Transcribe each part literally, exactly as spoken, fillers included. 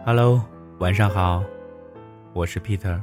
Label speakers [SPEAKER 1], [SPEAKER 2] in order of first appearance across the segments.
[SPEAKER 1] Hello， 晚上好，我是 Peter。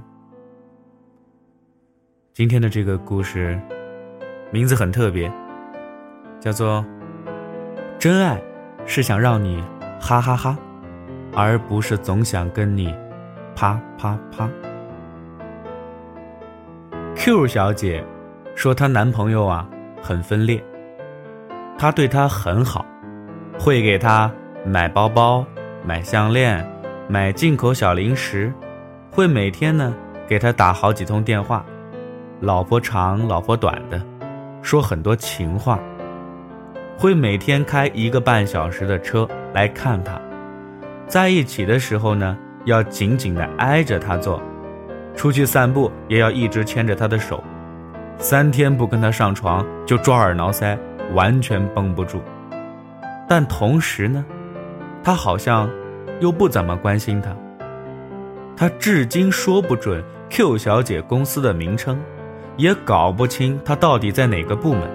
[SPEAKER 1] 今天的这个故事名字很特别，叫做真爱是想让你哈哈哈，而不是总想跟你啪啪啪。Q 小姐说她男朋友啊很分裂，他对她很好，会给她买包包、买项链、买进口小零食，会每天呢给她打好几通电话，老婆长老婆短的，说很多情话，会每天开一个半小时的车来看她，在一起的时候呢要紧紧地挨着她坐，出去散步也要一直牵着她的手，三天不跟她上床就抓耳挠腮，完全绷不住。但同时呢，他好像又不怎么关心她。他至今说不准 Q 小姐公司的名称，也搞不清她到底在哪个部门。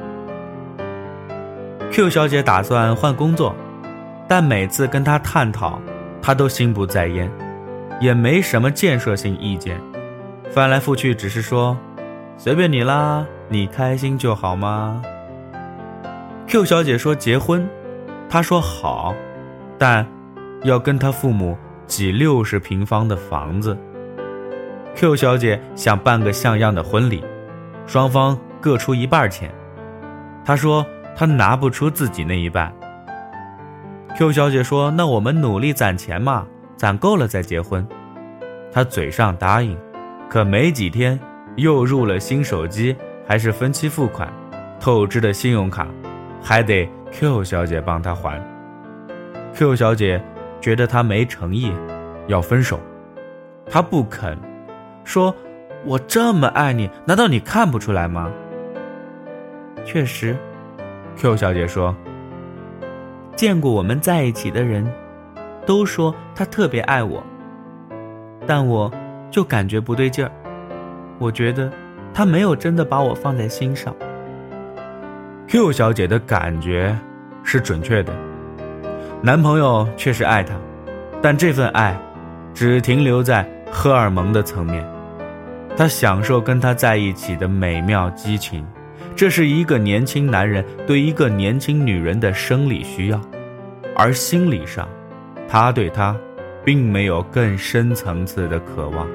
[SPEAKER 1] Q 小姐打算换工作，但每次跟她探讨，她都心不在焉，也没什么建设性意见，翻来覆去只是说随便你啦，你开心就好吗？ Q 小姐说结婚，她说好，但要跟她父母挤六十平方的房子。 Q 小姐想办个像样的婚礼，双方各出一半钱，她说她拿不出自己那一半。 Q 小姐说那我们努力攒钱嘛，攒够了再结婚。她嘴上答应，可没几天又入了新手机，还是分期付款，透支的信用卡还得 Q 小姐帮她还。 Q 小姐觉得她没诚意，要分手。她不肯，说我这么爱你，难道你看不出来吗？确实， Q 小姐说，见过我们在一起的人都说他特别爱我，但我就感觉不对劲儿，我觉得他没有真的把我放在心上。 Q 小姐的感觉是准确的，男朋友确实爱她，但这份爱只停留在荷尔蒙的层面。她享受跟他在一起的美妙激情，这是一个年轻男人对一个年轻女人的生理需要，而心理上他对她并没有更深层次的渴望。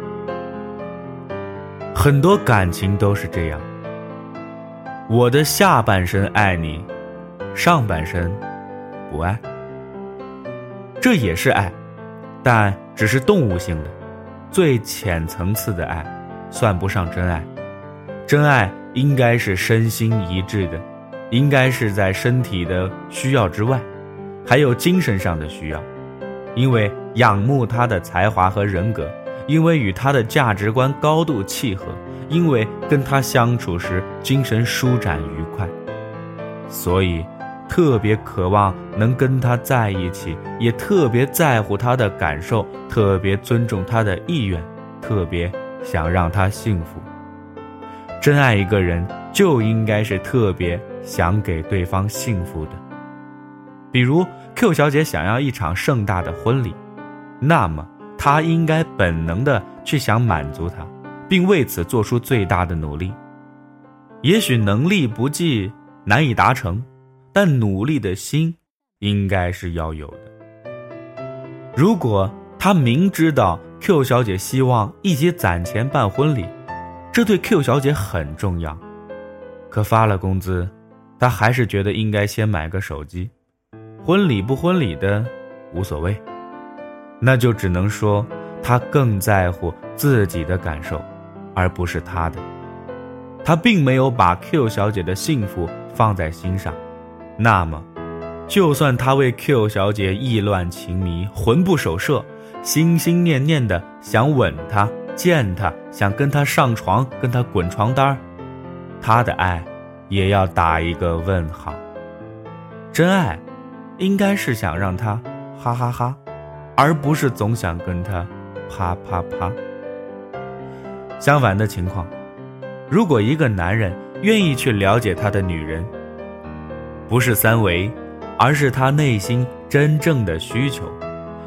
[SPEAKER 1] 很多感情都是这样，我的下半身爱你，上半身不爱，这也是爱，但只是动物性的，最浅层次的爱，算不上真爱。真爱应该是身心一致的，应该是在身体的需要之外，还有精神上的需要，因为仰慕他的才华和人格，因为与他的价值观高度契合，因为跟他相处时精神舒展愉快，所以特别渴望能跟他在一起，也特别在乎他的感受，特别尊重他的意愿，特别想让他幸福。真爱一个人就应该是特别想给对方幸福的。比如 Q 小姐想要一场盛大的婚礼，那么她应该本能地去想满足她，并为此做出最大的努力。也许能力不济，难以达成，但努力的心应该是要有的。如果她明知道 Q 小姐希望一起攒钱办婚礼，这对 Q 小姐很重要，可发了工资，她还是觉得应该先买个手机，婚礼不婚礼的无所谓，那就只能说她更在乎自己的感受，而不是他的。她并没有把 Q 小姐的幸福放在心上，那么就算她为 Q 小姐意乱情迷，魂不守舍，心心念念的想吻她见她，想跟她上床，跟她滚床单，她的爱也要打一个问号。真爱应该是想让她哈哈哈，而不是总想跟她啪啪啪。相反的情况，如果一个男人愿意去了解他的女人，不是三维，而是他内心真正的需求，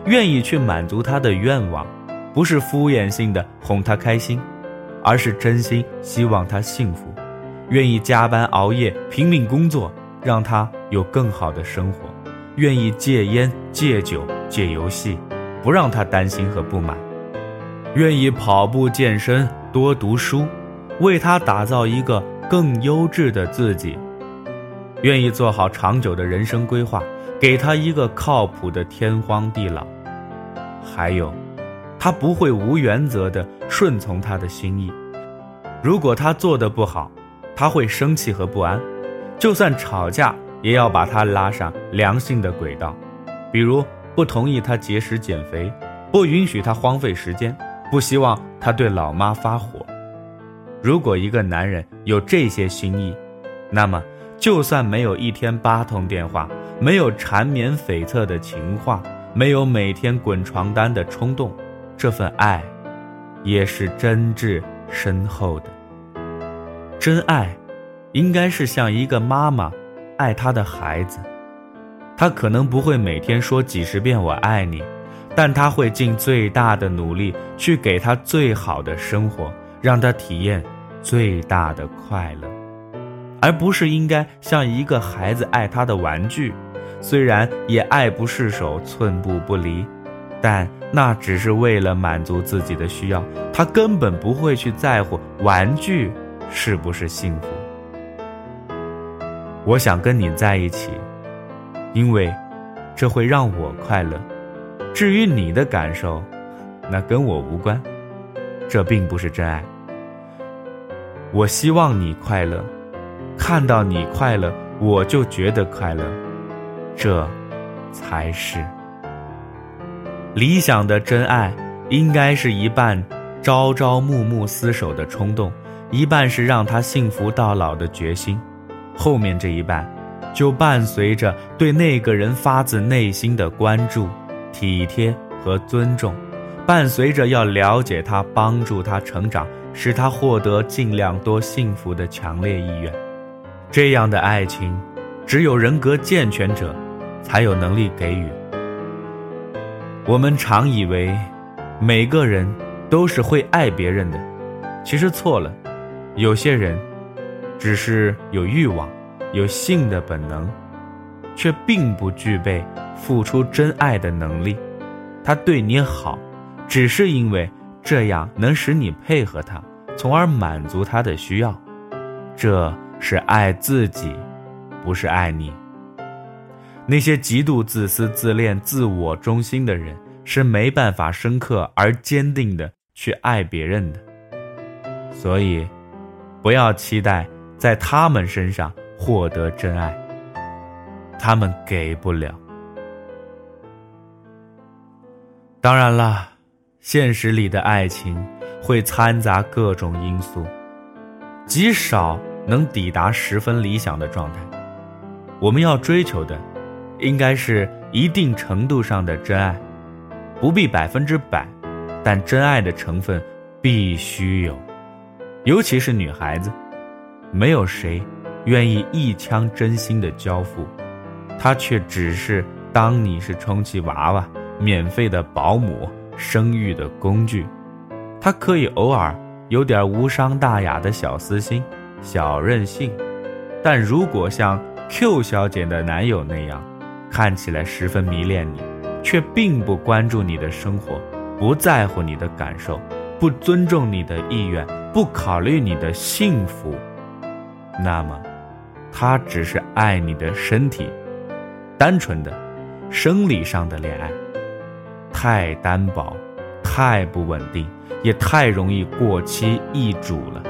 [SPEAKER 1] 愿意去满足他的愿望，不是敷衍性的哄他开心，而是真心希望他幸福，愿意加班熬夜拼命工作，让他有更好的生活，愿意戒烟戒酒戒游戏，不让他担心和不满，愿意跑步健身多读书，为他打造一个更优质的自己，愿意做好长久的人生规划，给他一个靠谱的天荒地老。还有，他不会无原则地顺从他的心意，如果他做得不好，他会生气和不安，就算吵架也要把他拉上良性的轨道，比如不同意他节食减肥，不允许他荒废时间，不希望他对老妈发火。如果一个男人有这些心意，那么就算没有一天八通电话，没有缠绵悱恻的情话，没有每天滚床单的冲动，这份爱也是真挚深厚的。真爱应该是像一个妈妈爱她的孩子，她可能不会每天说几十遍我爱你，但她会尽最大的努力去给他最好的生活，让他体验最大的快乐，而不是应该像一个孩子爱他的玩具，虽然也爱不释手寸步不离，但那只是为了满足自己的需要，他根本不会去在乎玩具是不是幸福。我想跟你在一起，因为这会让我快乐，至于你的感受，那跟我无关，这并不是真爱。我希望你快乐，看到你快乐，我就觉得快乐，这才是理想的真爱。应该是一半朝朝暮暮厮守的冲动，一半是让他幸福到老的决心，后面这一半就伴随着对那个人发自内心的关注、体贴和尊重，伴随着要了解他、帮助他成长，使他获得尽量多幸福的强烈意愿。这样的爱情，只有人格健全者才有能力给予。我们常以为每个人都是会爱别人的，其实错了。有些人只是有欲望、有性的本能，却并不具备付出真爱的能力。他对你好，只是因为这样能使你配合他，从而满足他的需要。这是爱自己，不是爱你。那些极度自私自恋、自我中心的人，是没办法深刻而坚定的去爱别人的。所以不要期待在他们身上获得真爱，他们给不了。当然了，现实里的爱情会掺杂各种因素，极少能抵达十分理想的状态。我们要追求的应该是一定程度上的真爱，不必百分之百，但真爱的成分必须有。尤其是女孩子，没有谁愿意一腔真心的交付，她却只是当你是充气娃娃、免费的保姆、生育的工具。她可以偶尔有点无伤大雅的小私心、小任性，但如果像 Q 小姐的男友那样，看起来十分迷恋你，却并不关注你的生活，不在乎你的感受，不尊重你的意愿，不考虑你的幸福，那么他只是爱你的身体，单纯的生理上的恋爱，太单薄，太不稳定，也太容易过期易主了。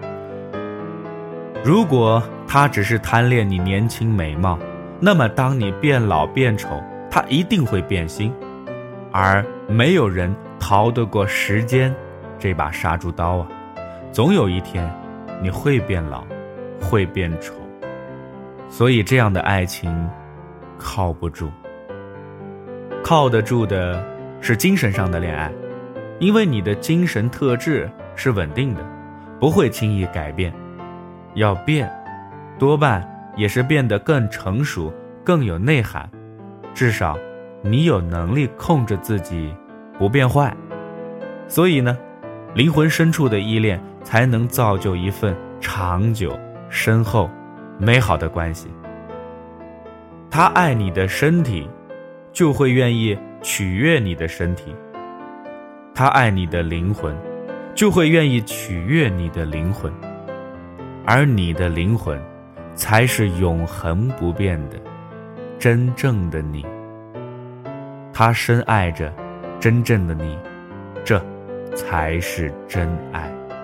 [SPEAKER 1] 如果他只是贪恋你年轻美貌，那么当你变老变丑，他一定会变心，而没有人逃得过时间这把杀猪刀啊！总有一天你会变老，会变丑，所以这样的爱情靠不住。靠得住的是精神上的恋爱，因为你的精神特质是稳定的，不会轻易改变。要变，多半也是变得更成熟，更有内涵，至少你有能力控制自己不变坏，所以呢，灵魂深处的依恋才能造就一份长久、深厚、美好的关系。他爱你的身体，就会愿意取悦你的身体；他爱你的灵魂，就会愿意取悦你的灵魂。而你的灵魂，才是永恒不变的，真正的你。他深爱着真正的你，这才是真爱。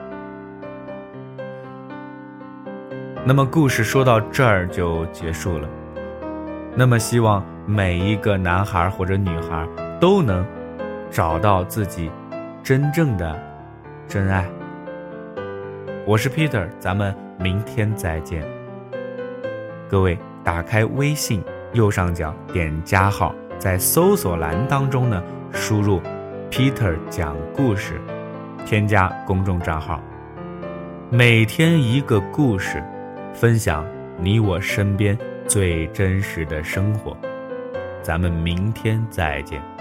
[SPEAKER 1] 那么故事说到这儿就结束了。那么希望每一个男孩或者女孩都能找到自己真正的真爱。我是 Peter， 咱们明天再见。各位打开微信右上角点加号，在搜索栏当中呢输入 Peter 讲故事，添加公众账号，每天一个故事，分享你我身边最真实的生活。咱们明天再见。